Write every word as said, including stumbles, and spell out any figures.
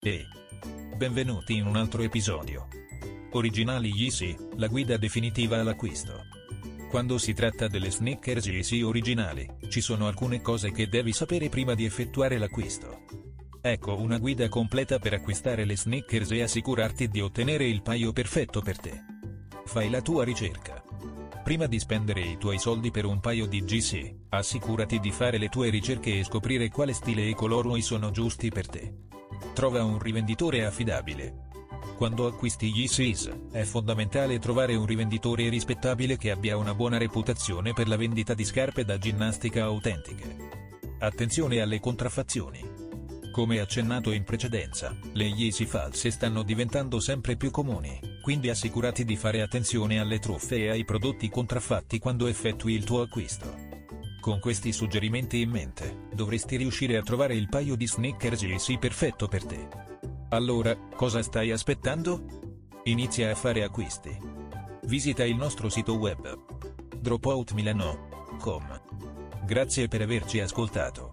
E benvenuti in un altro episodio. Originali Yeezy, la guida definitiva all'acquisto. Quando si tratta delle sneakers Yeezy originali, ci sono alcune cose che devi sapere prima di effettuare l'acquisto. Ecco una guida completa per acquistare le sneakers e assicurarti di ottenere il paio perfetto per te. Fai la tua ricerca. Prima di spendere i tuoi soldi per un paio di Yeezy, assicurati di fare le tue ricerche e scoprire quale stile e colori sono giusti per te. Trova un rivenditore affidabile. Quando acquisti Yeezys, è fondamentale trovare un rivenditore rispettabile che abbia una buona reputazione per la vendita di scarpe da ginnastica autentiche. Attenzione alle contraffazioni. Come accennato in precedenza, le Yeezy false stanno diventando sempre più comuni, quindi assicurati di fare attenzione alle truffe e ai prodotti contraffatti quando effettui il tuo acquisto. Con questi suggerimenti in mente, dovresti riuscire a trovare il paio di sneakers Yeezy perfetto per te. Allora, cosa stai aspettando? Inizia a fare acquisti. Visita il nostro sito web dropout milano punto com. Grazie per averci ascoltato.